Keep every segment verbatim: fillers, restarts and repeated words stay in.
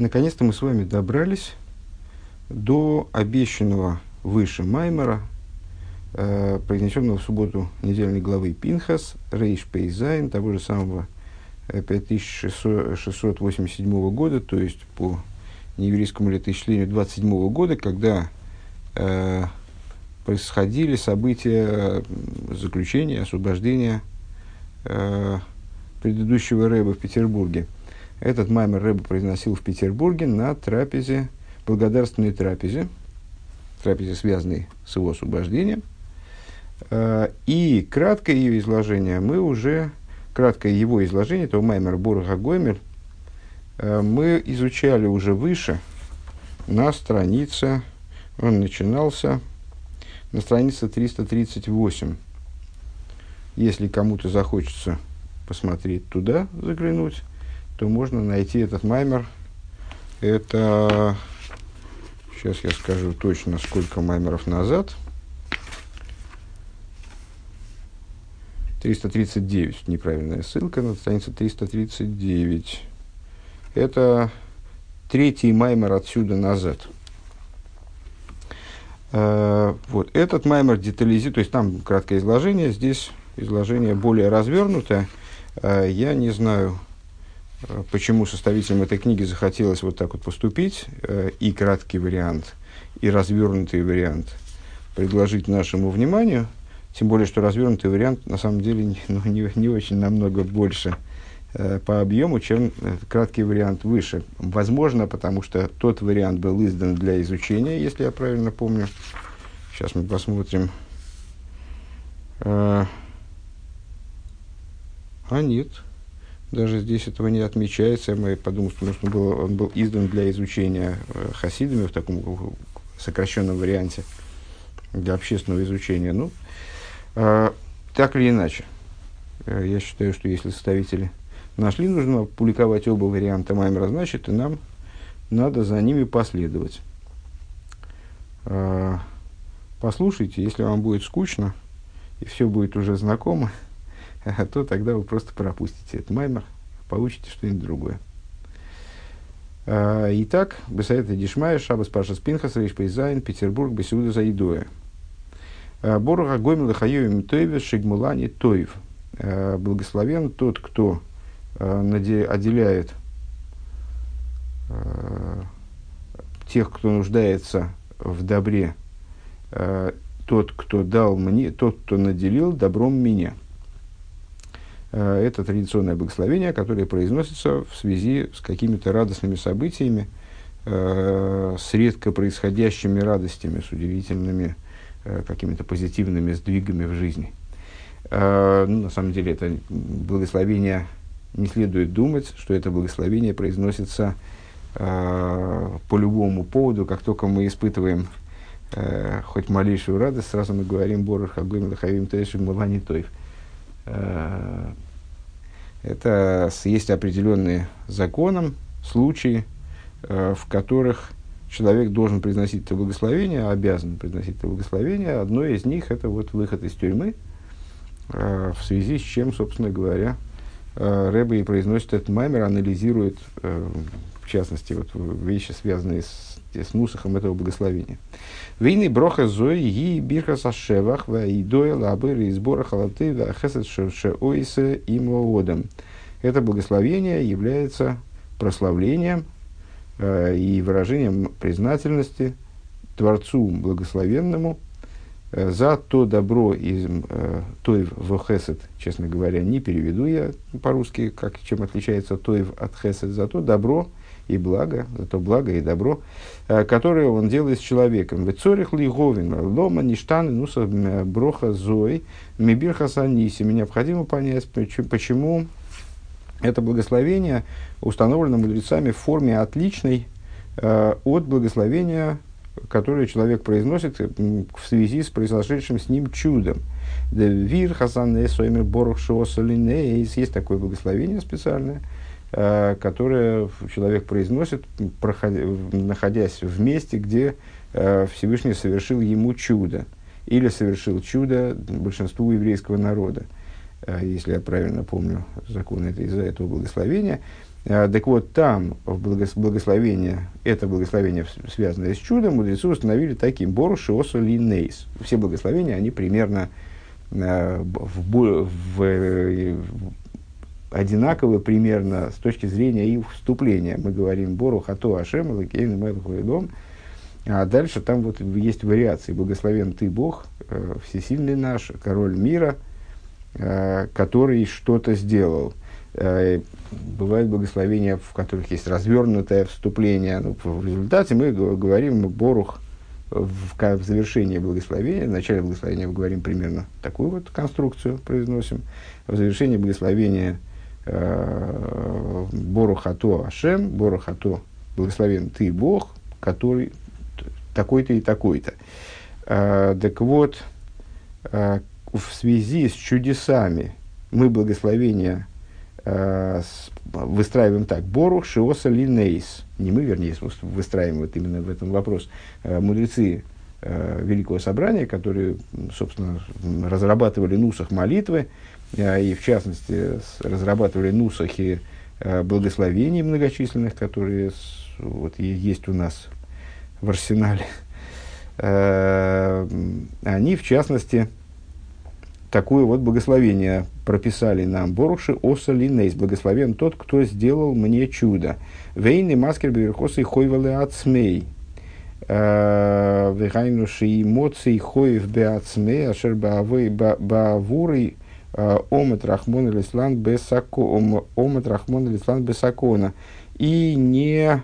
Наконец-то мы с вами добрались до обещанного выше маймера, э, произнесенного в субботу недельной главы Пинхас, Рейш Пейзайн, того же самого э, пять тысяч шестьсот восемьдесят седьмого года, то есть по нееврейскому летоисчислению двадцать седьмого года, когда э, происходили события заключения, освобождения э, предыдущего рэба в Петербурге. Этот маймер рэба произносил в Петербурге на трапезе, благодарственной трапезе, трапезе, связанной с его освобождением. И краткое ее изложение мы уже, краткое его изложение, этого маймера Борух ха-Гоймель, мы изучали уже выше на странице, он начинался на странице триста тридцать восемь. Если кому-то захочется посмотреть туда, заглянуть, то можно найти этот маймер. Это, сейчас я скажу точно, сколько маймеров назад. триста тридцать девять, неправильная ссылка, на странице триста тридцать девять. Это третий маймер отсюда назад. Uh, вот. Этот маймер детализирует, то есть там краткое изложение, здесь изложение более развернутое. Uh, я не знаю, почему составителям этой книги захотелось вот так вот поступить, uh, и краткий вариант, и развернутый вариант предложить нашему вниманию, тем более, что развернутый вариант на самом деле не, ну, не, не очень намного больше uh, по объему, чем uh, краткий вариант выше. Возможно, потому что тот вариант был издан для изучения, если я правильно помню. Сейчас мы посмотрим. Uh, а нет. Даже здесь этого не отмечается. Мы подумали, что он был, он был издан для изучения э, хасидами в таком сокращенном варианте, для общественного изучения. Ну, э, так или иначе, э, я считаю, что если составители нашли, нужно публиковать оба варианта маймера, значит, и нам надо за ними последовать. Э, послушайте, если вам будет скучно, и все будет уже знакомо, то тогда вы просто пропустите этот маймер, получите что-нибудь другое. А, итак, Бесаэта Дишмая, Шабас Пашас Пинхас, Рейш Пейзайн, Петербург, Бесиуда Заидоя. Борух ха-Гоймель лахайовим Тойве Шигмулани Тойв. Благословен тот, кто отделяет тех, кто нуждается в добре, тот, кто дал мне, тот, кто наделил добром меня. Это традиционное благословение, которое произносится в связи с какими-то радостными событиями, э, с редко происходящими радостями, с удивительными э, какими-то позитивными сдвигами в жизни. Э, ну, на самом деле, это благословение, не следует думать, что это благословение произносится э, по любому поводу. Как только мы испытываем э, хоть малейшую радость, сразу мы говорим «Борух ха-Гоймель лахайовим Тойве Шигмулани Тойв». Это есть определенные законом случаи, в которых человек должен произносить это благословение, обязан произносить это благословение. Одно из них – это вот выход из тюрьмы, в связи с чем, собственно говоря, Ребе и произносит этот маймер, анализирует, в частности, вот вещи, связанные с, с нусахом этого благословения. Вейны броха зои и бирха сашевах ва идоя лабыры и сбора халаты ва хесед шеойсе и моодам. Это благословение является прославлением э, и выражением признательности Творцу Благословенному э, за то добро из э, тойв в хесед, честно говоря, не переведу я по-русски, как, чем отличается тойв от хесед, за то добро и благо, за то благо и добро, э, которое он делает с человеком. «Вецорих лиговин, лома ништаны, нуса броха зой, мибирха саниси». Необходимо понять, почему это благословение установлено мудрецами в форме отличной э, от благословения, которое человек произносит в связи с произошедшим с ним чудом. Есть такое благословение специальное, э, которое человек произносит, проходя, находясь в месте, где э, Всевышний совершил ему чудо, или совершил чудо большинству еврейского народа. Если я правильно помню законы это из-за этого благословения. А, так вот, там в благос- благословение, это благословение, в- связанное с чудом, мудрецы установили таким: Бору Шиосу Линейс. Все благословения, они примерно а, в, бо- в, э, в- одинаковы примерно с точки зрения их вступления. Мы говорим Бору Хато Ашем, Лакейн Мэлхуэдом. А дальше там вот есть вариации. Благословен ты, Бог, э, всесильный наш, король мира, э, который что-то сделал. Э, бывают благословения, в которых есть развернутое вступление. Ну, в результате мы г- говорим Борух в, ка- в завершении благословения. В начале благословения мы говорим примерно такую вот конструкцию, произносим. В завершении благословения э, Борух Ато Ашем, Борух Ато, благословен ты, Бог, который такой-то и такой-то. А, так вот, а, в связи с чудесами мы благословения а, с, выстраиваем так: Борух Шиоса Линейс. Не мы, вернее, выстраиваем вот именно в этом вопрос. А, мудрецы а, Великого Собрания, которые, собственно, разрабатывали нусах молитвы, а, и, в частности, с, разрабатывали нусахи а, благословений многочисленных, которые с, вот, и есть у нас в арсенале, они, в частности, такое вот благословение прописали нам: Борухши Оса Линейс, благословен тот, кто сделал мне чудо. Вейны маскер беверхосы хойвалы ацмей. Вейнуши эмоции хойв беацмей, ашер баавуры омет рахмон лислан бесакона. Омет рахмон лислан бесакона. И не...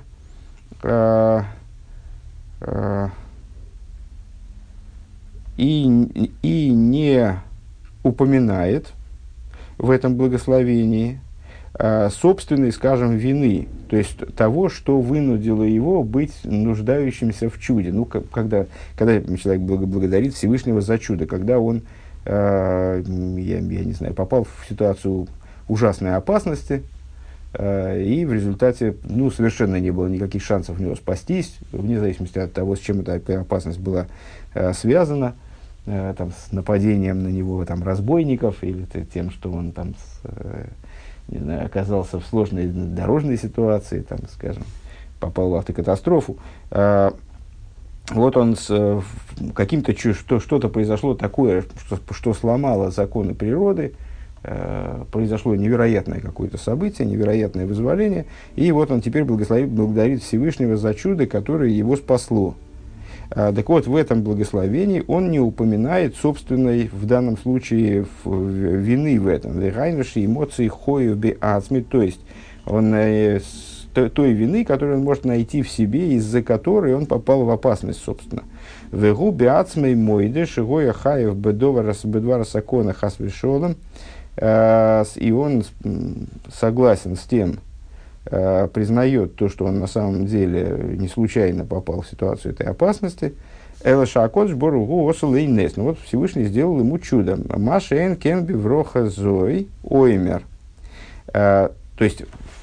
И, и не упоминает в этом благословении а, собственной, скажем, вины, то есть того, что вынудило его быть нуждающимся в чуде. Ну, как, когда, когда человек благодарит Всевышнего за чудо, когда он, а, я, я не знаю, попал в ситуацию ужасной опасности, и в результате, ну, совершенно не было никаких шансов у него спастись, вне зависимости от того, с чем эта опасность была э, связана, э, там, с нападением на него там, разбойников, или тем, что он там, с, э, не знаю, оказался в сложной дорожной ситуации, там, скажем, попал в автокатастрофу. Э, вот он с каким-то, что, что-то произошло такое, что, что сломало законы природы, произошло невероятное какое-то событие, невероятное вызволение, и вот он теперь благословит, благодарит Всевышнего за чудо, которое его спасло. А, так вот, в этом благословении он не упоминает собственной, в данном случае, в, в, вины в этом. Вегайнуши эмоции хою би ацми, то есть он, э, с, той, той вины, которую он может найти в себе, из-за которой он попал в опасность, собственно. Вегу би ацмей мойде шигоя хаев бедова бедвара сакона хасвишолом. И он согласен с тем, признает то, что он на самом деле не случайно попал в ситуацию этой опасности. Элашакот сбору осулейнес. Ну вот Всевышний сделал ему чудо. Машен кенби вроха зой оймер. То есть,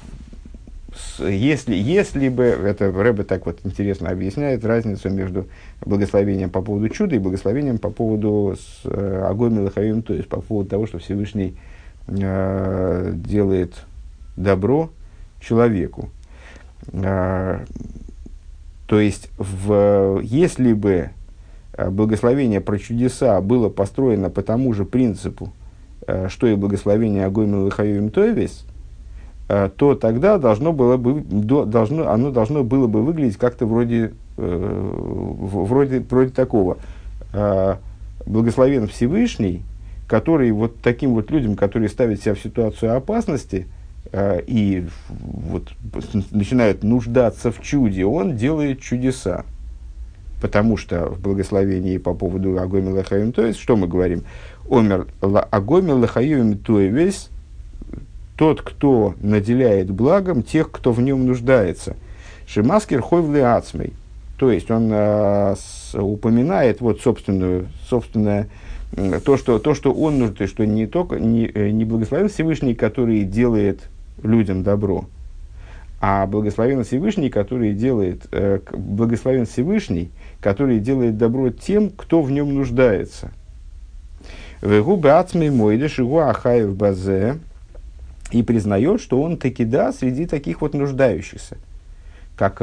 если, если бы, это Рэбе так вот интересно объясняет разницу между благословением по поводу чуда и благословением по поводу Агой Мелахаим, то есть по поводу того, что Всевышний э, делает добро человеку. Э, то есть, в, если бы благословение про чудеса было построено по тому же принципу, э, что и благословение Агой Мелахаим Тойвес, то тогда должно было бы, должно, оно должно было бы выглядеть как-то вроде, э, вроде, вроде такого. Э, благословен Всевышний, который вот таким вот людям, которые ставят себя в ситуацию опасности э, и вот, начинают нуждаться в чуде, он делает чудеса. Потому что в благословении по поводу Агой Мелахаим Тойвес, что мы говорим? Омер Агой Мелахаим Тойвес, тот, кто наделяет благом тех, кто в нем нуждается. Шимаскер хойвли ацмей. То есть он э, с, упоминает вот собственную, собственное, э, то, что, то, что он нужен, то есть, что не только не, не благословен Всевышний, который делает людям добро, а благословен Всевышний, который делает, э, благословен Всевышний, который делает добро тем, кто в нем нуждается. Вегу беацмей мойдеш его ахаев базе. и признает, что он таки да среди таких вот нуждающихся, как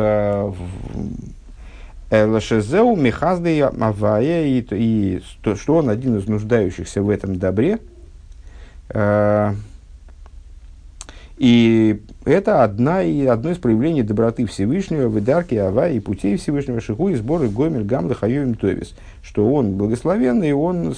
Лашезеу, Михаздей, Авая, и, и то, что он один из нуждающихся в этом добре. И это одна, и одно из проявлений доброты Всевышнего в Идарке, Авае и путей Всевышнего Шиху и сборы Гомель Гамда Хайовим Товис, что он благословенный, и он,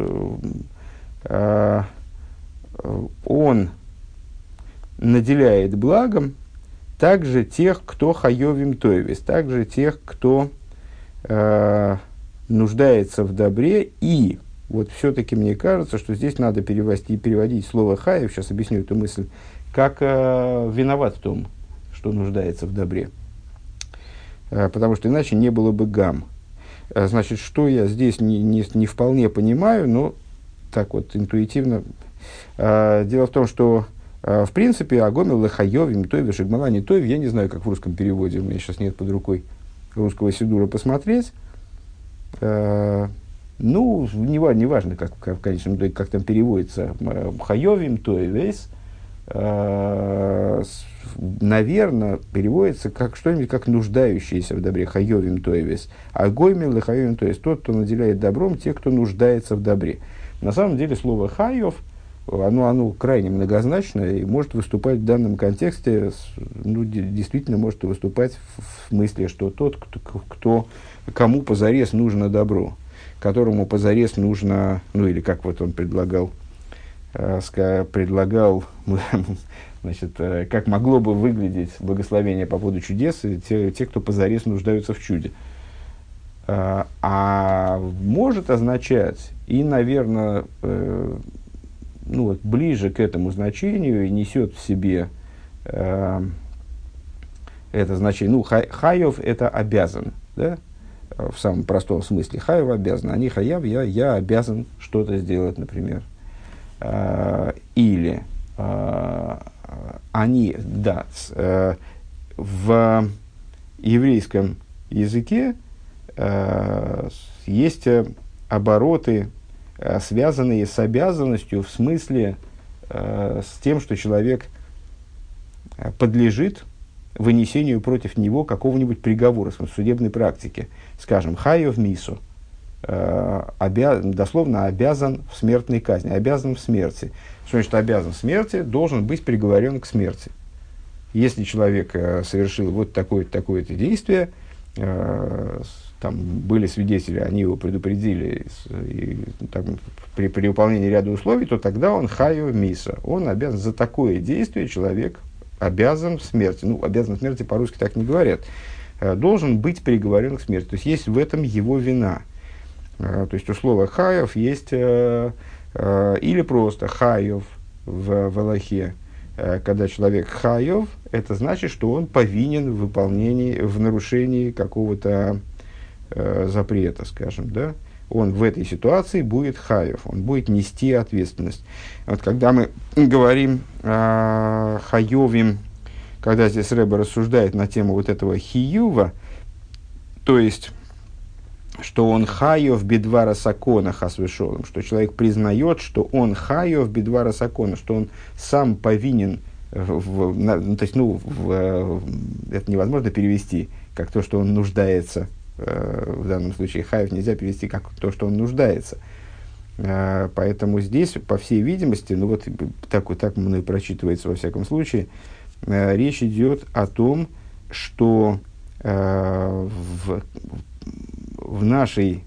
э, он наделяет благом также тех, кто Хайовим Товис, также тех, кто э, нуждается в добре. И вот все-таки мне кажется, что здесь надо перевести, переводить слово «хаев», сейчас объясню эту мысль, как э, виноват в том, что нуждается в добре. Э, потому что иначе не было бы гам. Э, значит, что я здесь не, не, не вполне понимаю, но так вот интуитивно. Э, дело в том, что э, в принципе агомел лехайовим тойве шигмалани тойв, я не знаю, как в русском переводе, у меня сейчас нет под рукой русского сидура посмотреть. Э, ну, не, не важно, как, как, в конечном итоге, как там переводится. Хайовим тойвес, наверное, переводится как что-нибудь как нуждающийся в добре, хайовим тоевис, а гоймел и хайовим тоевис, тот, кто наделяет добром тех, кто нуждается в добре. На самом деле слово хайов, оно, оно крайне многозначное и может выступать в данном контексте, ну, действительно может выступать в смысле, что тот, кто, кто, кому позарез нужно добро, которому позарез нужно, ну или как вот он предлагал, предлагал, значит, как могло бы выглядеть благословение по поводу чудес, те, те, кто позарез нуждаются в чуде. А, а может означать, и, наверное, э, ну, вот, ближе к этому значению, и несет в себе э, это значение, ну, хай, хайов – это обязан, да? В самом простом смысле. Хайов обязан, а не хаяв, я, я обязан что-то сделать, например. Или э, они, да, с, э, в еврейском языке э, есть обороты, э, связанные с обязанностью, в смысле э, с тем, что человек подлежит вынесению против него какого-нибудь приговора в судебной практике. Скажем, хайов мисо. Обя... дословно обязан в смертной казни, обязан в смерти. Что значит обязан в смерти? Должен быть приговорен к смерти. Если человек э, совершил вот такое-то, такое-то действие, э, там были свидетели, они его предупредили и, там, при, при выполнении ряда условий, то тогда он хайо миса. Он обязан за такое действие, человек обязан в смерти. Ну, обязан в смерти по-русски так не говорят. Э, должен быть приговорен к смерти. То есть есть в этом его вина. То есть у слова хаев есть э, э, или просто хаев в, в Алахе. Э, когда человек хаев, это значит, что он повинен в выполнении, в нарушении какого-то э, запрета, скажем, да? Он в этой ситуации будет хаев, он будет нести ответственность. Вот когда мы говорим о хаевим, когда здесь Ребе рассуждает на тему вот этого хиюва, то есть что он хаев бедвара сакона хасвешолом, что человек признает, что он хаев бедвара сакона, что он сам повинен, в, в, на, то есть, ну, в, в, это невозможно перевести как то, что он нуждается, э, в данном случае хаев нельзя перевести как то, что он нуждается. Э, поэтому здесь, по всей видимости, ну вот так вот так мной прочитывается во всяком случае, э, речь идет о том, что э, в В, нашей,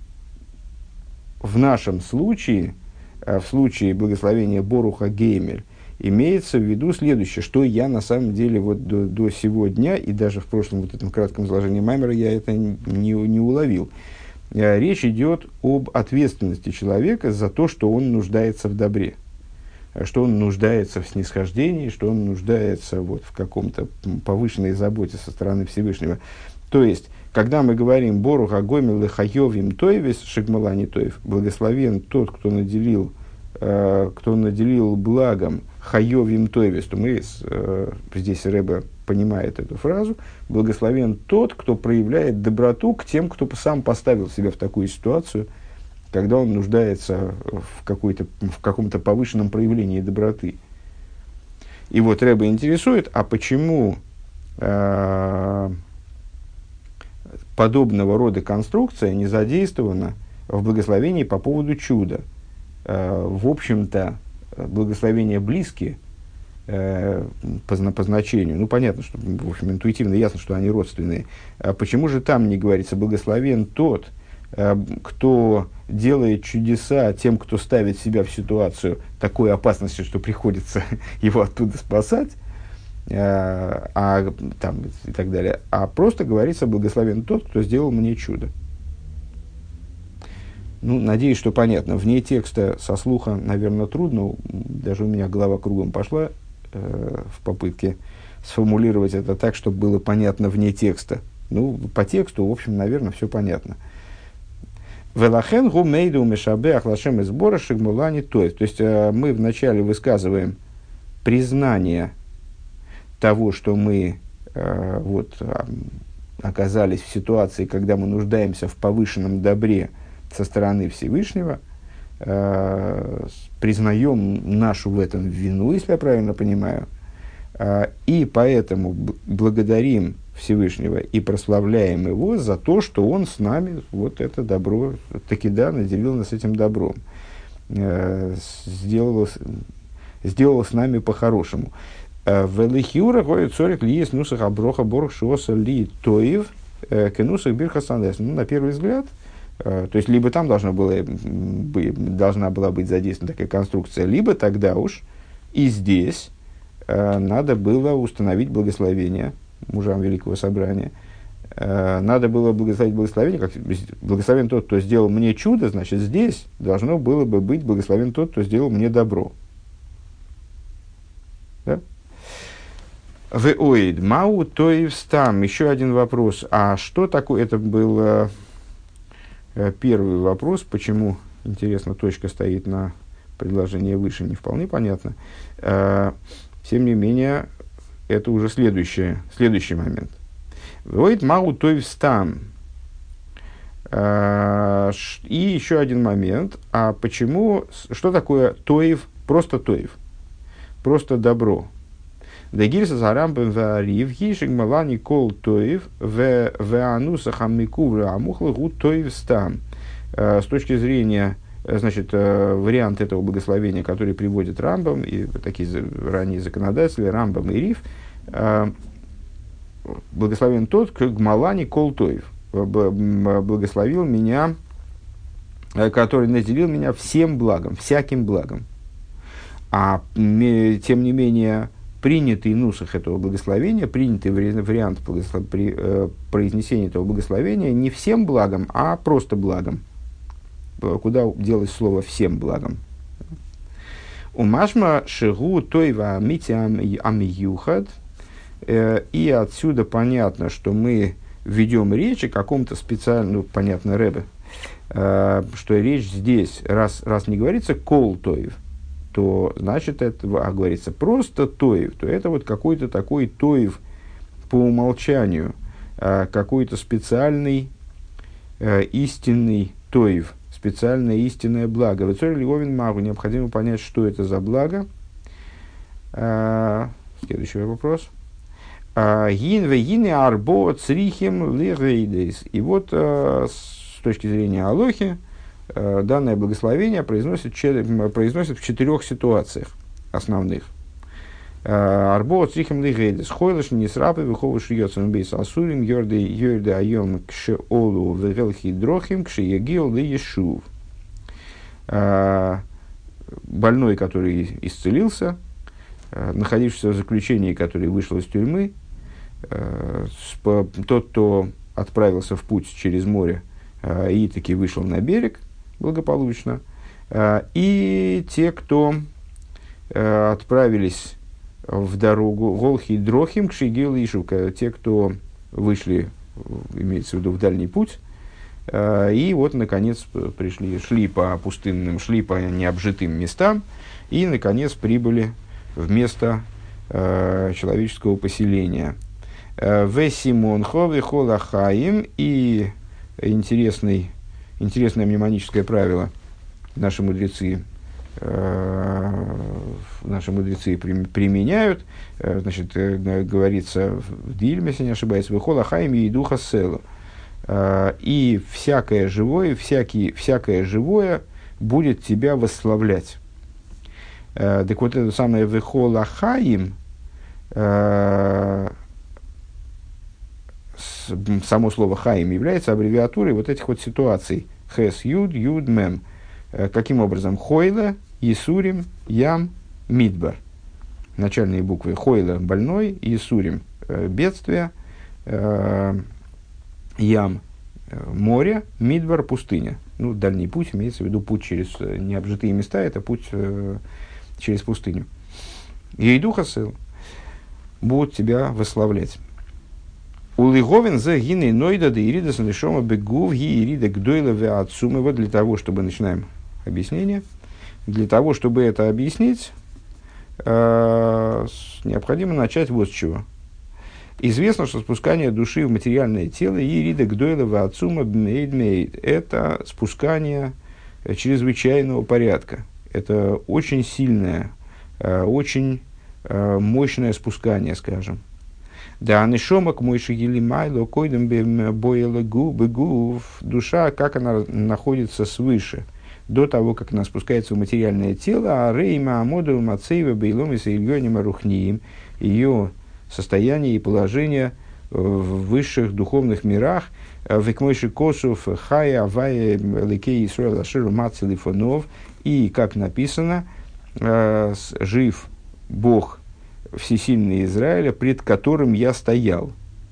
в нашем случае, в случае благословения Боруха Геймель, имеется в виду следующее, что я на самом деле вот до, до сего дня, и даже в прошлом вот этом кратком изложении Маймера я это не, не уловил. Речь идет об ответственности человека за то, что он нуждается в добре, что он нуждается в снисхождении, что он нуждается вот в каком-то повышенной заботе со стороны Всевышнего. То есть, когда мы говорим «Борух агомил и хайовим тойвис шигмалани тойв», благословен тот, кто наделил, э, кто наделил благом хайовим тойвис, то мы, э, здесь Ребе понимает эту фразу, благословен тот, кто проявляет доброту к тем, кто сам поставил себя в такую ситуацию, когда он нуждается в, какой-то, в каком-то повышенном проявлении доброты. И вот Рэбе интересует, а почему э, подобного рода конструкция не задействована в благословении по поводу чуда? Э, в общем-то, благословения близкие э, по, по значению. Ну, понятно, что, в общем, интуитивно ясно, что они родственные. А почему же там не говорится «благословен тот, э, кто делает чудеса тем, кто ставит себя в ситуацию такой опасности, что приходится его оттуда спасать», э, а, там, и так далее. А просто говорится «благословен тот, кто сделал мне чудо». Ну, надеюсь, что понятно. Вне текста со слуха, наверное, трудно. Даже у меня голова кругом пошла э, в попытке сформулировать это так, чтобы было понятно вне текста. Ну, по тексту, в общем, наверное, все понятно. Велахен гу мейду мешабе ахлашем из бора шигмулани тоев. То есть, э, мы вначале высказываем признание того, что мы э, вот, э, оказались в ситуации, когда мы нуждаемся в повышенном добре со стороны Всевышнего, э, признаем нашу в этом вину, если я правильно понимаю, э, и поэтому б- благодарим Всевышнего и прославляем Его за то, что Он с нами вот это добро, таки да, наделил нас этим добром, э, сделал, сделал с нами по-хорошему. Велихиура гоет цорик ли есть нусах аброха борх шоса ли тоев кенусах бирхасандес. Ну, на первый взгляд, то есть, либо там должна была, должна была быть задействована такая конструкция, либо тогда уж и здесь э, надо было установить благословение мужам Великого Собрания. Э, надо было благословить благословение, как благословен тот, кто сделал мне чудо, значит, здесь должно было бы быть благословен тот, кто сделал мне добро. Да? Веоид мау тоевстам. Еще один вопрос. А что такое? Это был первый вопрос, почему, интересно, точка стоит на предложении выше, не вполне понятно. Э, тем не менее, это уже следующий, следующий момент. Войт мау тоевстам. Э, и еще один момент. А почему, что такое тоев, просто тоев? Просто добро. Дагирса зарамбем варив гишек малани кол тоев в веануса хаммикувра амухла гуд тоев стам. С точки зрения, значит, вариант этого благословения, который приводит Рамбам и такие ранние законодатели Рамбам и Риф, благословен тот, как малани кол тоев, благословил меня, который наделил меня всем благом, всяким благом. А тем не менее, принятый нусах этого благословения, принятый вариант благослов... при, э, произнесения этого благословения не всем благом, а просто благом. Куда делать слово «всем благом»? Умашма шигу тойва мити амиюхад. И отсюда понятно, что мы ведем речь о каком-то специальном, ну, понятно, Ребе, э, что речь здесь, раз, раз не говорится «кол тоев», то значит, это, а говорится просто тоев, то это вот какой-то такой тоев по умолчанию, э, какой-то специальный э, истинный тоев, специальное истинное благо. В Цоре Львовин Магу необходимо понять, что это за благо. Э, следующий вопрос. Гин ве гины арбо црихим легейдейс. И вот э, с точки зрения Алохи, данное благословение произносит, произносит в четырех ситуациях основных. Арбо црихим лигейдес. Хойлаш не срапы выховыш йоцем бейс асурим йорды йорды айом кше олу вегелхи дрохим кше егил ли ешув. Больной, который исцелился, находившийся в заключении, который вышел из тюрьмы, тот, кто отправился в путь через море и таки вышел на берег благополучно, и те, кто отправились в дорогу Голхи и Дрохим к Шигил и Ишука, те, кто вышли, имеется в виду, в дальний путь, и вот, наконец, пришли, шли по пустынным, шли по необжитым местам, и, наконец, прибыли в место человеческого поселения. В Симонхо, Вехолахаим, и интересный Интересное мнемоническое правило наши мудрецы э, наши мудрецы применяют, э, значит, э, говорится в Дильме, если не ошибаюсь, «Вехола хайм и духа селу». И всякое живое, всякий, всякое живое будет тебя восславлять. Так вот, это самое «Вехола хаим», само слово «хаим» является аббревиатурой вот этих вот ситуаций. Хес, юд, юд, мем. Каким образом? Хойла, Исурим, Ям, Мидбар. Начальные буквы. Хойла – больной, Исурим – бедствие, Ям – море, Мидбар – пустыня. Ну, дальний путь, имеется в виду путь через необжитые места, это путь через пустыню. Ейдуха сел. Будут тебя восславлять. Улиговин за гины нойда да ирида санишома бегув ги ирида гдойла ве отцумы. Вот для того, чтобы, начинаем объяснение, для того, чтобы это объяснить, э, необходимо начать вот с чего. Известно, что спускание души в материальное тело ирида гдойла ве отцума бмейд мейд. Это спускание чрезвычайного порядка. Это очень сильное, э, очень э, мощное спускание, скажем. Да, анишомак мой шигили майло койдем боела губы. Душа, как она находится свыше, до того, как она спускается в материальное тело, а рейма амоду мацеева бейлом и саильонима рухниим, ее состояние и положение в высших духовных мирах, векмойши косов хая авая лекей исруэл аширу мацелифонов, и, как написано, жив Бог всесильный Израиля, пред которым я стоял.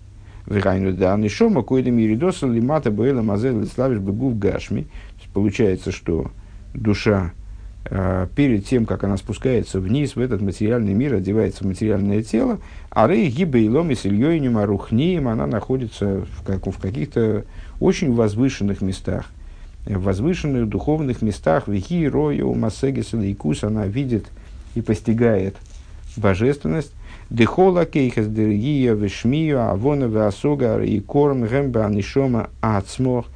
Получается, что душа э, перед тем, как она спускается вниз в этот материальный мир, одевается в материальное тело, а рей гибейлом и с ильёйним арухнием, она находится в, как, в каких-то очень возвышенных местах, в возвышенных духовных местах. Вихи рою масегис лейкус, она видит и постигает божественность. Дехола кейхас дергия вешмию авона веасога и корм гэмба анишома ацмох.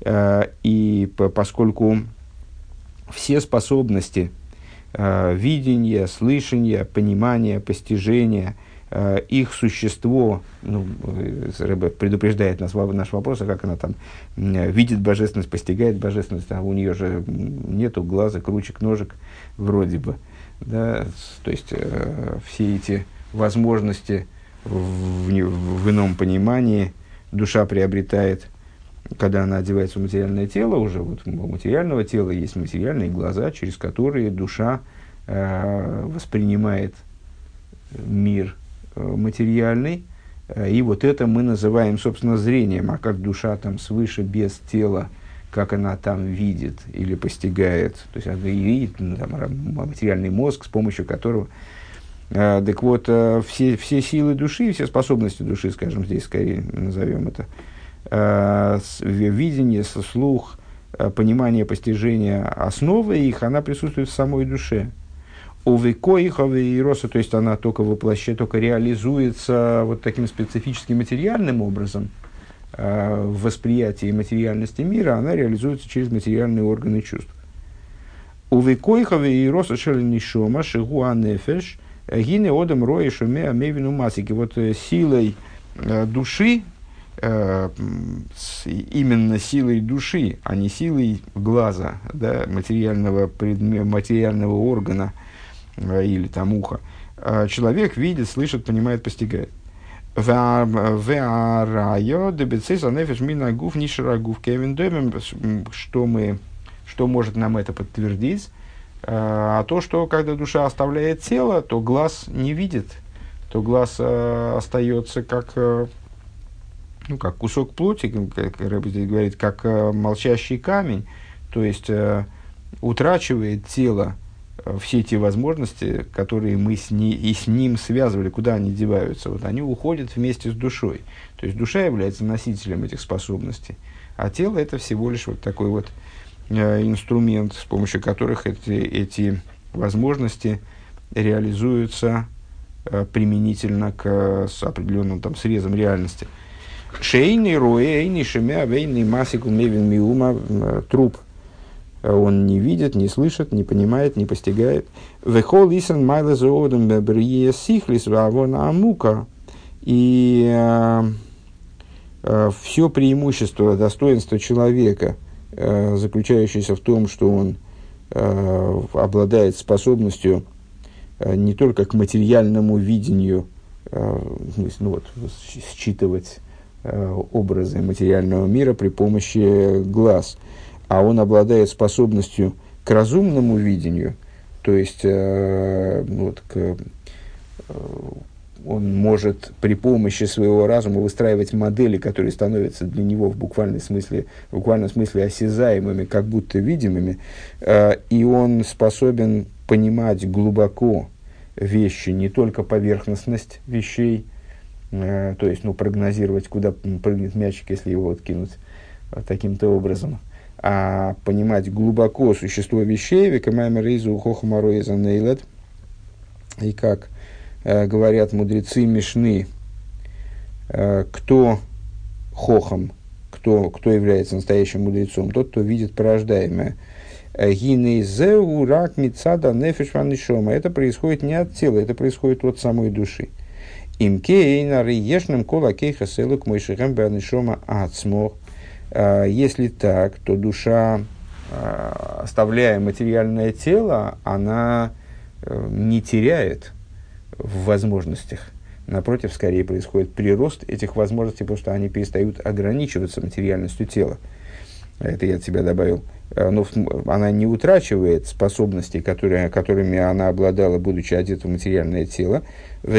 И поскольку все способности видения, слышания, понимания, постижения, их существо, ну, Ребе предупреждает нас, наш вопрос, а как она там видит божественность, постигает божественность, а у нее же нету глазок, ручек, ножек вроде бы. Да, то есть э, все эти возможности в, в, в ином понимании душа приобретает, когда она одевается в материальное тело. Уже вот у материального тела есть материальные глаза, через которые душа э, воспринимает мир э, материальный. И вот это мы называем, собственно, зрением. А как душа там свыше, без тела, как она там видит или постигает, то есть она и видит, ну, там, материальный мозг, с помощью которого, э, так вот, э, все, все силы души, все способности души, скажем, здесь скорее назовем это, э, видение, слух, э, понимание, постижение, основа их, она присутствует в самой душе. Увекоихове и роса, то есть она только воплощает, только реализуется вот таким специфическим материальным образом, в восприятии материальности мира, она реализуется через материальные органы чувств. Увекойхове и роса шелнишома шигуа нефеш гине одам рои шуме амевину масики. Вот силой души, именно силой души, а не силой глаза, да, материального, предмета, материального органа или там уха, человек видит, слышит, понимает, постигает. Что мы, что может нам это подтвердить? А то, что когда душа оставляет тело, то глаз не видит, то глаз а, остается как, ну, как кусок плоти, как Рэбе здесь говорит, как а, молчащий камень, то есть а, утрачивает тело все те возможности, которые мы с, ни, и с ним связывали, куда они деваются, вот они уходят вместе с душой. То есть душа является носителем этих способностей, а тело это всего лишь вот такой вот э, инструмент, с помощью которых эти, эти возможности реализуются э, применительно к э, с определенным там срезам реальности. Шейный роэ, эйный шемя, вейный масикул мевин миума, труп Он не видит, не слышит, не понимает, не постигает. Вехол исен майла зоодом бебрие сихлис вавона амука. И э, э, все преимущество, достоинство человека, э, заключающееся в том, что он э, обладает способностью э, не только к материальному видению, э, ну, вот, считывать э, образы материального мира при помощи глаз, а он обладает способностью к разумному видению, то есть э, вот, к, э, он может при помощи своего разума выстраивать модели, которые становятся для него в буквальном смысле, в буквальном смысле осязаемыми, как будто видимыми, э, и он способен понимать глубоко вещи, не только поверхностность вещей, э, то есть ну, прогнозировать, куда прыгнет мячик, если его вот кинуть вот таким-то образом, а понимать глубоко существо вещей, и как э, говорят мудрецы Мишны, э, кто хохом, кто, кто является настоящим мудрецом, тот, кто видит порождаемое. Это происходит не от тела, это происходит от самой души. Если так, то душа, оставляя материальное тело, она не теряет в возможностях. Напротив, скорее происходит прирост этих возможностей, потому что они перестают ограничиваться материальностью тела. Это я от себя добавил. Но она не утрачивает способностей, которые, которыми она обладала, будучи одета в материальное тело. То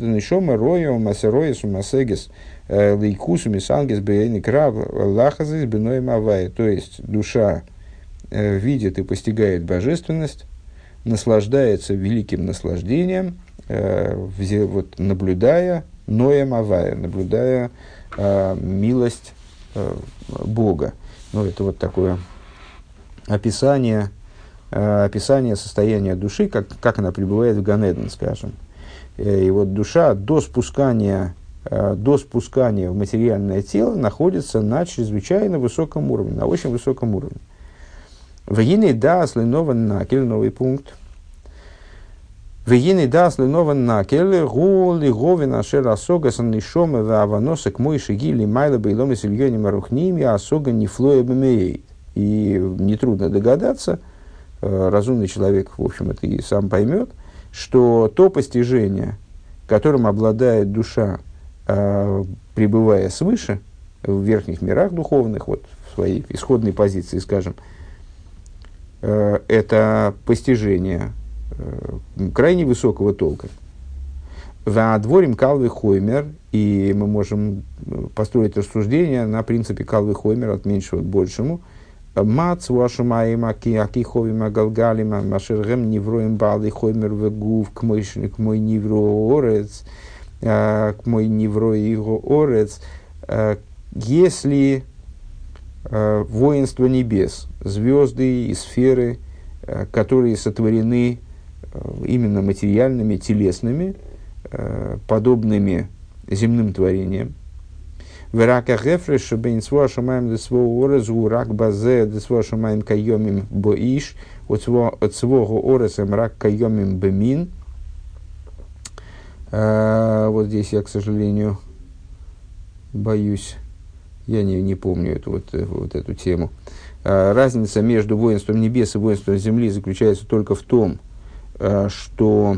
есть душа э, видит и постигает божественность, наслаждается великим наслаждением, э, взе, вот, наблюдая ноем авая, наблюдая э, милость э, Бога. Ну, это вот такое описание, э, описание состояния души, как, как она пребывает в Ганеден, скажем. И вот душа до спускания, э, до спускания в материальное тело находится на чрезвычайно высоком уровне, на очень высоком уровне. Вегины да слинован накель, новый пункт. Вегины да слинован накель, гули говин ашер асога саннишома ваваноса к мой шигили майла бейломи сильёни марухними асога нефлоя бемеет. И нетрудно догадаться, э, разумный человек, в общем, это и сам поймет, что то постижение, которым обладает душа, э, пребывая свыше, в верхних мирах духовных, вот в своей исходной позиции, скажем, э, это постижение э, крайне высокого толка. Ваадворим калвы хоймер, и мы можем построить рассуждение на принципе калвы хоймер, от меньшего к большему. Мац вашумаем аки акиховим агалгалим машергем невроем балды хоймер вегув к мой к мой невро орец к мой невро его орец. Если воинство небес, звезды и сферы, которые сотворены именно материальными, телесными, подобными земным творениям, Верака гефреш бейнсво шамаем десво орезу рак базе десво шамаем кайомим боиш от своего ореза мрак кайомим бемин. Вот здесь я, к сожалению, боюсь, я не, не помню эту, вот, вот эту тему. Разница между воинством небес и воинством земли заключается только в том, что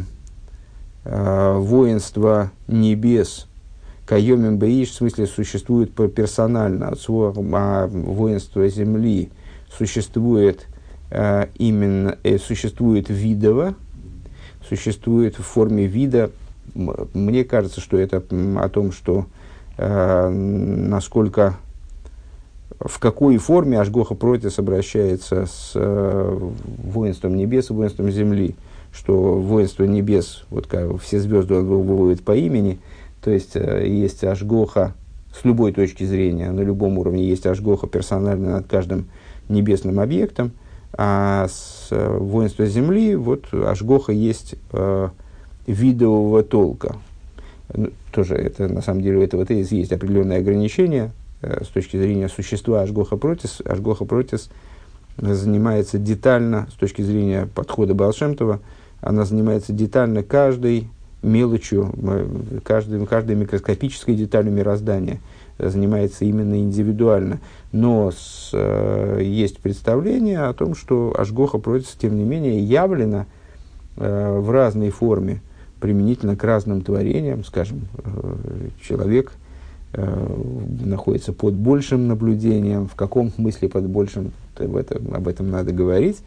воинство небес Кайомим Баиш, в смысле, существует персонально, а воинство земли существует э, именно, э, существует видово, существует в форме вида. Мне кажется, что это о том, что э, насколько, в какой форме Ашгоха Протис обращается с э, воинством небес и воинством земли, что воинство небес, вот как все звезды он выводит по имени. То есть, э, есть ашгоха с любой точки зрения, на любом уровне есть ашгоха персонально над каждым небесным объектом, а с э, воинства Земли вот ашгоха есть э, видового толка. Ну, тоже это, на самом деле, у этого тезиса есть определенные ограничения э, с точки зрения существа ашгоха протис. Ашгоха протис занимается детально, с точки зрения подхода Баал Шем Това, она занимается детально каждой мелочью, каждой, каждой микроскопической деталью мироздания, занимается именно индивидуально. Но с, э, есть представление о том, что Ашгоха Протис, тем не менее, явлена э, в разной форме, применительно к разным творениям. Скажем, э, человек э, находится под большим наблюдением, в каком смысле под большим, об этом, об этом надо говорить.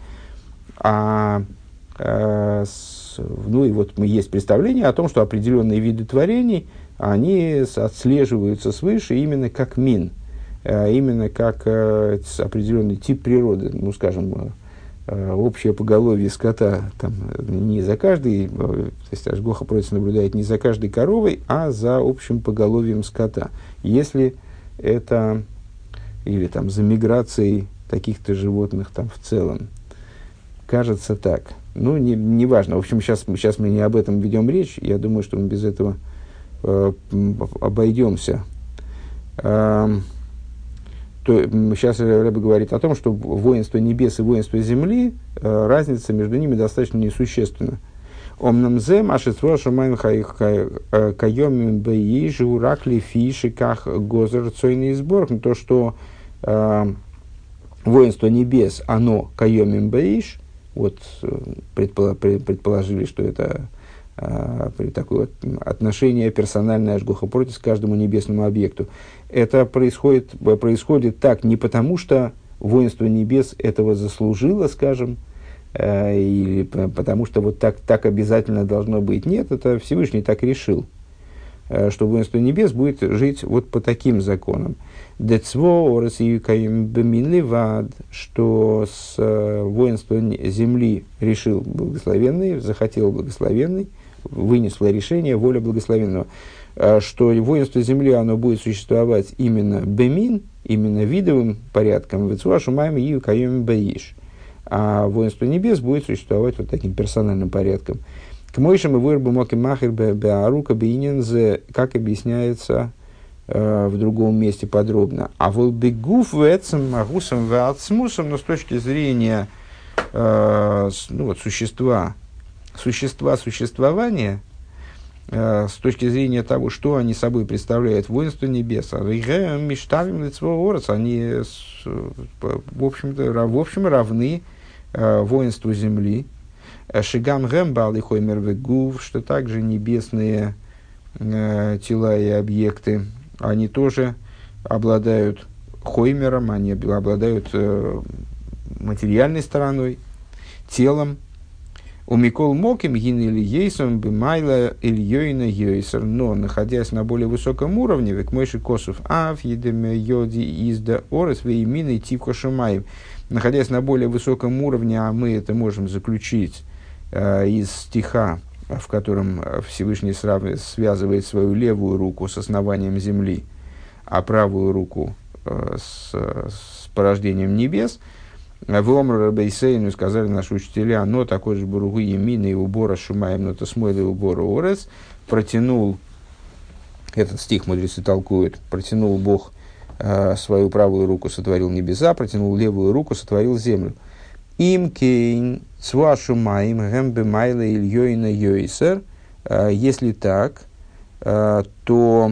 А, э, с, ну и вот есть представление о том, что определенные виды творений, они отслеживаются свыше именно как мин, именно как э, определенный тип природы, ну, скажем, э, общее поголовье скота, там, не за каждый, э, то есть Ашгоха Протис наблюдает не за каждой коровой, а за общим поголовьем скота. Если это, или там за миграцией таких-то животных там в целом, кажется так. Ну, не, не важно. В общем, сейчас, сейчас мы не об этом ведем речь, я думаю, что мы без этого э, обойдемся. Э, то, сейчас Рэбе говорит о том, что воинство небес и воинство земли, э, разница между ними достаточно несущественна. Омнамзе машецво шамаем кайомим бэи журакли фиши ках гозер цойный сбор. То, что э, воинство небес, оно кайомим бэиш, вот предположили, что это а, такое вот отношение персональное Ашгоха Протис к каждому небесному объекту. Это происходит, происходит так не потому, что воинство небес этого заслужило, скажем, э, или потому что вот так, так обязательно должно быть. Нет, это Всевышний так решил, э, что воинство небес будет жить вот по таким законам. Децво орасиюкаим беминливад, что с э, воинства земли решил благословенный, захотел благословенный, вынесло решение воля благословенного, э, что воинство земли оно будет существовать именно бемин, именно видовым порядком, вецва шумаем июкаим баиш, а воинство небес будет существовать вот таким персональным порядком. К мойшам и вырбу моки махер беарука бейнинзе, как объясняется в другом месте подробно. А волбегуф вэцем магусом вэацмусом, но с точки зрения э, ну, вот, существа, существа существования, э, с точки зрения того, что они собой представляют, воинство небес, они, в общем-то, в общем равны э, воинству земли. Шигам гэм бал хоймер вэгуф, что также небесные э, тела и объекты, они тоже обладают хоймером, они обладают э, материальной стороной, телом. У Микол Моким гин или Ейсом бимайла Ильёйна Йойсер, но находясь на более высоком уровне, век мойши косов ав едеме йоди изда орес веймины тивко шамаев, находясь на более высоком уровне, а мы это можем заключить э, из стиха, в котором Всевышний связывает свою левую руку с основанием земли, а правую руку э, с, с порождением небес. В Омру Рабейсейну сказали наши учителя, но такой же Буругу Емина и убора Шумаем, но Тасмойда и убора Орес, протянул, этот стих мудрецы толкуют, протянул Бог э, свою правую руку, сотворил небеса, протянул левую руку, сотворил землю. Им кейн цвашу маим гэмбе майла ильёйна йойсер. Если так, то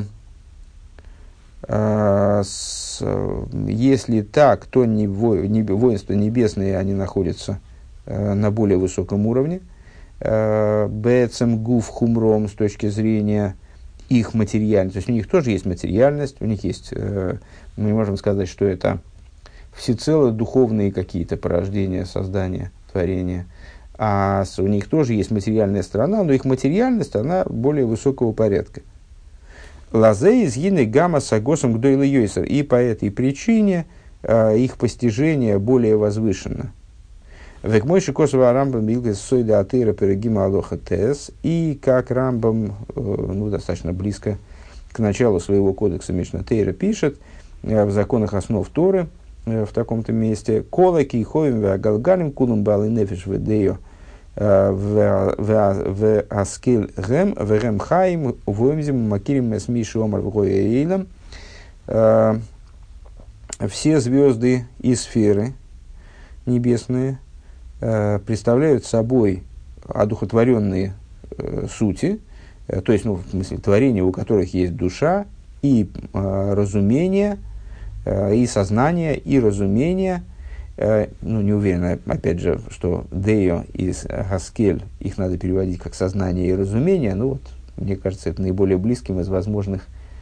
если так, то не во, не, воинства небесные, они находятся на более высоком уровне. Бэцем гуф хумром с точки зрения их материальности. То есть у них тоже есть материальность, у них есть, мы не можем сказать, что это всецело духовные какие-то порождения, создания, творения. А у них тоже есть материальная сторона, но их материальность, она более высокого порядка. Лазей из гины гамма сагосом гдойл йойсер. И по этой причине э, их постижение более возвышенно. Век мойши косова рамбам билгас сойда атеира перегима алоха тес. И как Рамбам, э, ну, достаточно близко к началу своего кодекса Мишна Тейра пишет, э, в законах основ Торы, в таком-то месте. Кола кийхоим веагалгалим кулум балы нефиш ведео в аскил гэм вэгэм хаим увоимзим макирим эсмиши омар вгоя. Все звезды и сферы, небесные э, представляют собой одухотворенные э, сути, э, то есть, ну, в смысле, творения, у которых есть душа и э, разумение, э, и сознание, и разумение. Э, ну, не уверен, опять же, что Део и Хаскель, их надо переводить как сознание и разумение. Ну, вот, мне кажется, это наиболее близким из возможных,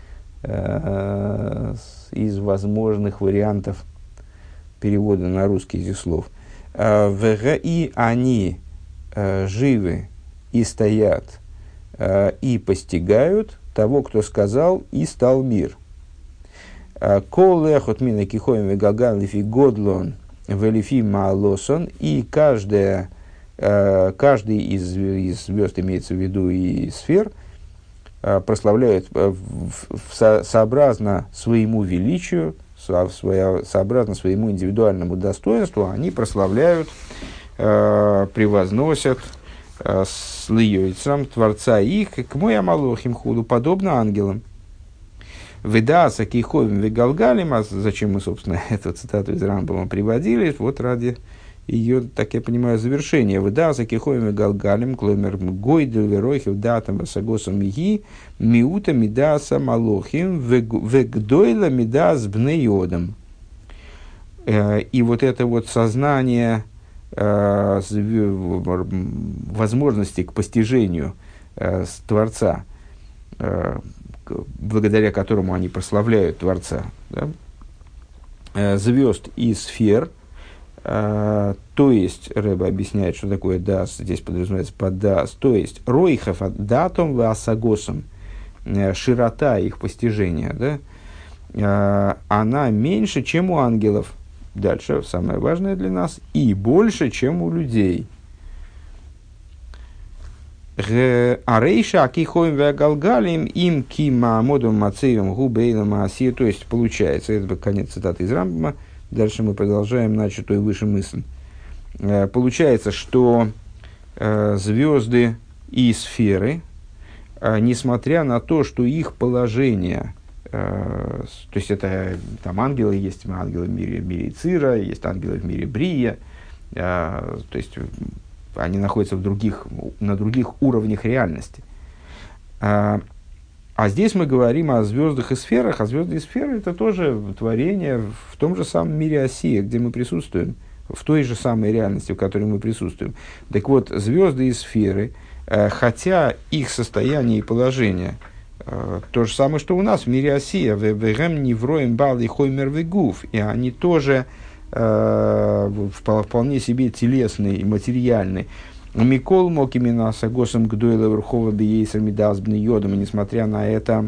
э, из возможных вариантов перевода на русский этих слов. Э, и они э, живы и стоят, э, и постигают того, кто сказал, и стал мир. Кол эхот мина кихоем вегалган лифи годлон велифи маалосон, и каждая, э, каждый из, из звезд, имеется в виду и сфер, э, прославляет э, в, в, со, сообразно своему величию, со, своя, сообразно своему индивидуальному достоинству, они прославляют, э, превозносят э, с льёйцам Творца их, к мой амалохим худу, подобно ангелам. Ведаса киховим вегалгалим, а зачем мы, собственно, эту цитату из Рамбама приводили? Вот ради ее, так я понимаю, завершения. Ведаса киховим вегалгалим, кломер гойдел веройхев датам васагосом миги, миута мидаса малохим, вегдойла мидас бнеодом. И вот это вот сознание возможности к постижению Творца, благодаря которому они прославляют Творца, да? Звезд и сфер, э, то есть, Рэбе объясняет, что такое дас, здесь подразумевается под дас, то есть, ройхов датом васагосом, э, широта их постижения, да? э, она меньше, чем у ангелов, дальше, самое важное для нас, и больше, чем у людей. Арейша акихоим вегалгалим им кима модом мацеем губейла мааси. То есть получается, это конец цитаты из Рамбама. Дальше мы продолжаем начатую выше мысль. Получается, что э, звезды и сферы, э, несмотря на то, что их положение, э, то есть это там ангелы, есть ангелы в мире, в мире Цира, есть ангелы в мире Брия, э, то есть они находятся в других, на других уровнях реальности. А, а здесь мы говорим о звездах и сферах, а звезды и сферы – это тоже творение в том же самом мире Осия, где мы присутствуем, в той же самой реальности, в которой мы присутствуем. Так вот, звезды и сферы, хотя их состояние и положение то же самое, что у нас в мире Осия, и они тоже вполне себе телесный и материальный. Микол мог именно с агосом гдойла верхова биейсер мидас бнеодом, и несмотря на это,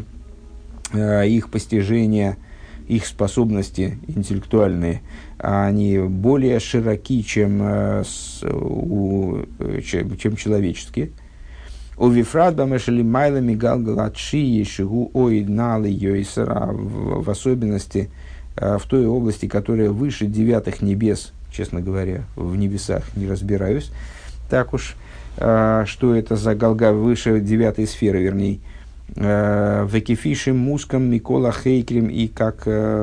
их постижения, их способности интеллектуальные, они более широки, чем, у, чем, чем человеческие. У вифрат бамешали майлами галгалатши шигу оидналы йойсера, в особенности в той области, которая выше девятых небес, честно говоря, в небесах не разбираюсь, так уж, что это за галга выше девятой сферы, вернее, в экифише мускам Микола Хейкрим, и как,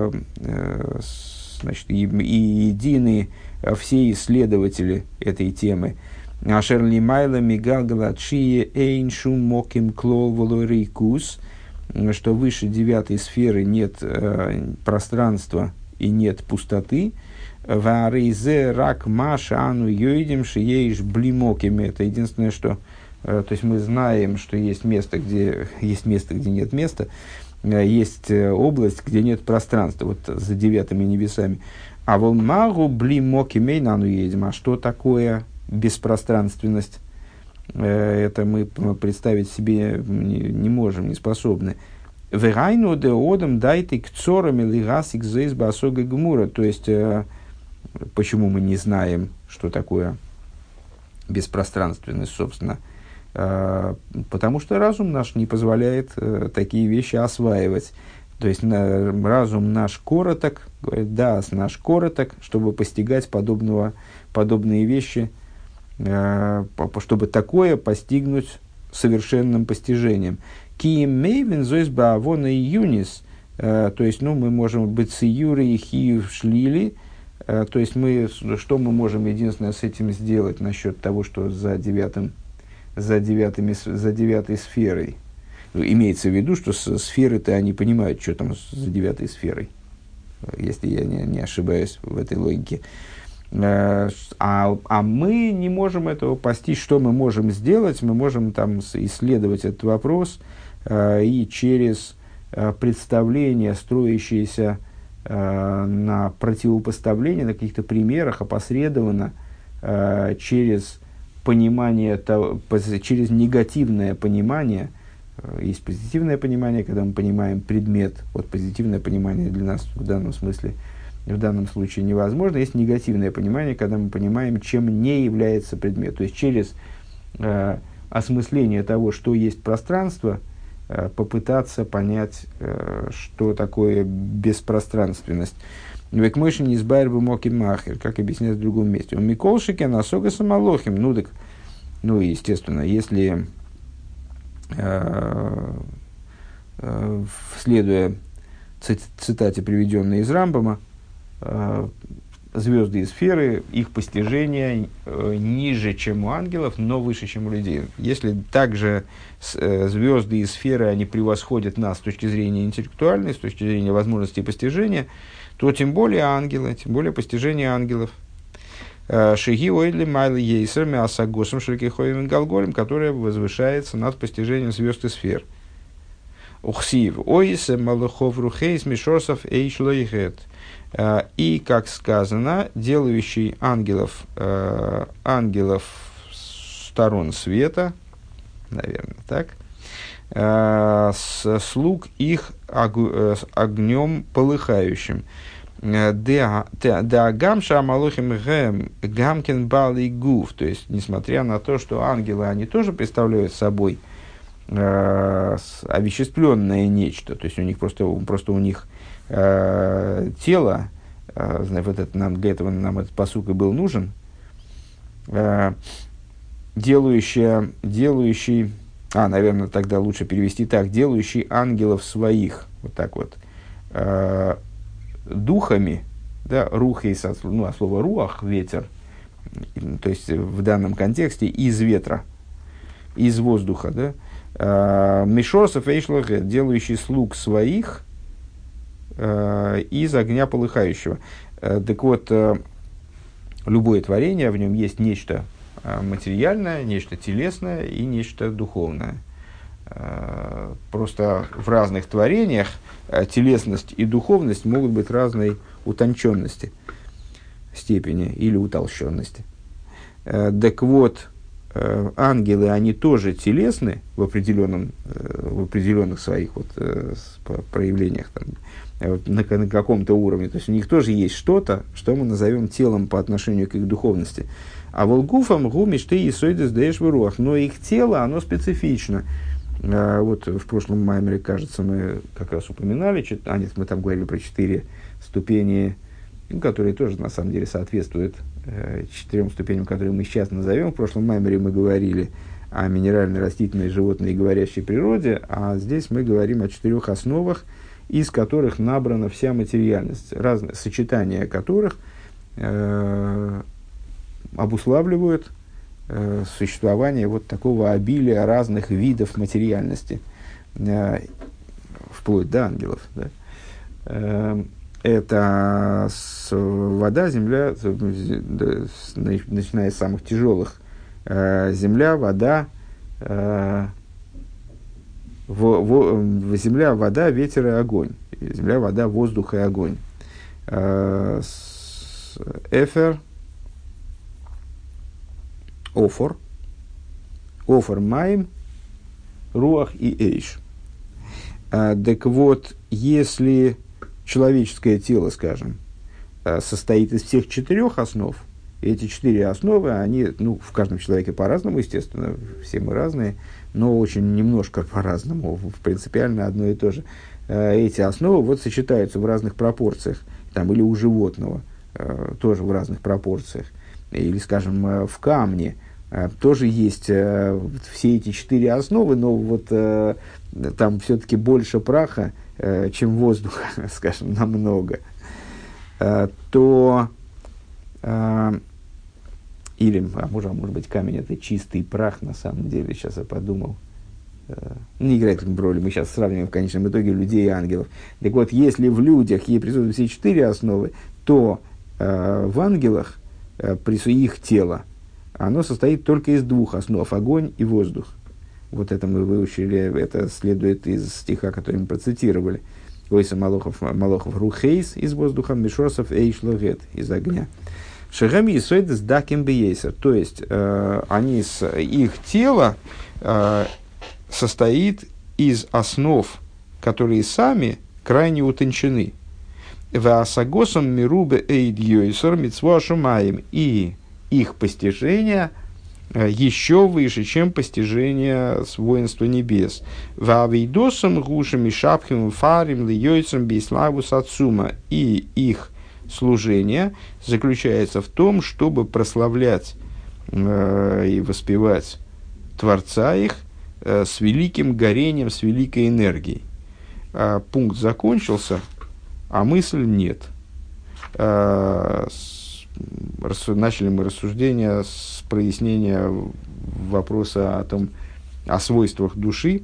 значит, и, и едины все исследователи этой темы. Ашерли майла мигал галатшие эйншум моким клол волорейкус, что выше девятой сферы нет э, пространства и нет пустоты. Варейзе рак маша ану йойдем шиеиш блимоким. Это единственное, что, э, то есть мы знаем, что есть место, где есть место, где нет места, э, есть э, область, где нет пространства, вот за девятыми небесами. А волмагу блимокимей нану едем. А что такое беспространственность? Это мы представить себе не, не можем, не способны. Вегайну де одам дайте к цорам или гасик зейсба осога гмура. То есть, э, почему мы не знаем, что такое беспространственность, собственно? Э, потому что разум наш не позволяет э, такие вещи осваивать. То есть, на, разум наш короток, говорит, да, наш короток, чтобы постигать подобного, подобные вещи, чтобы такое постигнуть совершенным постижением. Кием мейвен зойс баавона и юнис, то есть, ну, мы можем быть с Юрой и Хию шлили, То есть мы, что мы можем единственное с этим сделать насчет того, что за, девятым, за, девятыми, за девятой сферой, ну, имеется в виду, что сферы-то они понимают, что там за девятой сферой, если я не, не ошибаюсь в этой логике. А, а мы не можем этого постичь. Что мы можем сделать? Мы можем там исследовать этот вопрос и через представление, строящееся на противопоставлении, на каких-то примерах, опосредованно, э, через понимание, того, через негативное понимание, э, есть позитивное понимание, когда мы понимаем предмет, вот позитивное понимание для нас в данном смысле, в данном случае невозможно, есть негативное понимание, когда мы понимаем, чем не является предмет, то есть через э, осмысление того, что есть пространство, попытаться понять, что такое беспространственность. Векмойшин избайр бы мог и махер, как объясняется в другом месте. У Миколшике насога самолохим. Ну, так, ну, естественно, если, э, э, следуя цитате, приведенной из Рамбама, э, звезды и сферы, их постижение э, ниже, чем у ангелов, но выше, чем у людей. Если также с, э, звезды и сферы, они превосходят нас с точки зрения интеллектуальной, с точки зрения возможностей постижения, то тем более ангелы, тем более постижение ангелов. Шиги ойли майли ейсер мясагосом шелькихоевым галголем, которая возвышается над постижением звезд и сфер. Ухсив ойсе малахов рухейс мишорсов эйшлойхет. И, как сказано, делающий ангелов, э, ангелов сторон света, наверное, так, э, с слуг их ог, э, с огнем полыхающим. Даагамша амалохим гэм гамкин бали гуф. То есть, несмотря на то, что ангелы, они тоже представляют собой э, овеществленное нечто, то есть, у них просто, просто у них Э, тело, э, вот это нам, для этого нам этот пасук и был нужен, э, делающий, делающий, а, наверное, тогда лучше перевести так, делающий ангелов своих, вот так вот, э, духами, да, рухейс, ну, от слова руах, ветер, то есть в данном контексте из ветра, из воздуха, да, э, мишорсов эйшлох, делающий слуг своих, из огня полыхающего. Так вот, любое творение, в нем есть нечто материальное, нечто телесное и нечто духовное. Просто в разных творениях телесность и духовность могут быть разной утонченности, степени или утолщенности. Так вот, ангелы, они тоже телесны в, определенном, в определенных своих вот, проявлениях, там, на, на каком-то уровне. То есть у них тоже есть что-то, что мы назовем телом по отношению к их духовности. А волгуфам гумиш ты и сойдес даешь в руах. Но их тело, оно специфично. А, вот в прошлом маймере, кажется, мы как раз упоминали, а нет, мы там говорили про четыре ступени, ну, которые тоже на самом деле соответствуют э, четырем ступеням, которые мы сейчас назовем. В прошлом маймере мы говорили о минеральной, растительной, животной и говорящей природе, а здесь мы говорим о четырех основах, из которых набрана вся материальность, разные сочетания которых э, обуславливают э, существование вот такого обилия разных видов материальности, э, вплоть до ангелов. Да? Э, это с, вода, земля, с, начиная с самых тяжелых, э, земля, вода, э, Во, во, земля, вода, ветер и огонь. Земля, вода, воздух и огонь. Эфер, офор, офор маим, руах и эйш. Так вот, если человеческое тело, скажем, состоит из всех четырех основ, эти четыре основы, они, ну, в каждом человеке по-разному, естественно, все мы разные, но очень немножко по-разному, принципиально одно и то же. Эти основы вот сочетаются в разных пропорциях, там, или у животного тоже в разных пропорциях, или, скажем, в камне тоже есть все эти четыре основы, но вот там все-таки больше праха, чем воздуха, скажем, намного, то А, или, а может, а может быть, камень – это чистый прах, на самом деле, сейчас я подумал. А, не играет роли, мы сейчас сравниваем в конечном итоге людей и ангелов. Так вот, если в людях ей присутствуют все четыре основы, то а, в ангелах а, их тело, оно состоит только из двух основ – огонь и воздух. Вот это мы выучили, это следует из стиха, который мы процитировали. Ойса Малохов, Малохов Рухейс из воздуха, Мишосов Эйшлогет из огня. Шагами и Сойдес Даким Бейсер. То есть, э, они с, их тело э, состоит из основ, которые сами крайне утончены. Ваасагосом Мирубе Эйд Йойсер Мицва Шумаем. И их постижение еще выше, чем постижение воинства небес. Вавейдосом гушами шапхим фарим льёйцем бейславу сацума. И их служение заключается в том, чтобы прославлять э, и воспевать Творца их э, с великим горением, с великой энергией. А пункт закончился, а мысль нет. А, начали мы рассуждения с прояснения вопроса о том, о свойствах души,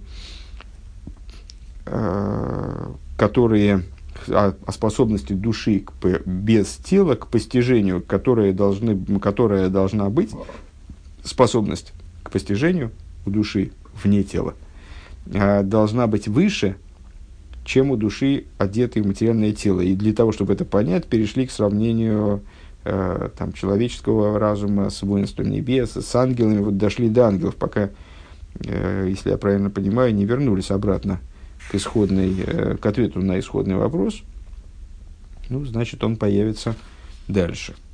которые, о, о способности души к, без тела к постижению, которая, должны, которая должна быть, способность к постижению у души вне тела, должна быть выше, чем у души, одетой в материальное тело. И для того, чтобы это понять, перешли к сравнению там, человеческого разума с воинством небес, с ангелами, вот дошли до ангелов, пока, если я правильно понимаю, не вернулись обратно к исходной, к ответу на исходный вопрос. Ну, значит, он появится дальше.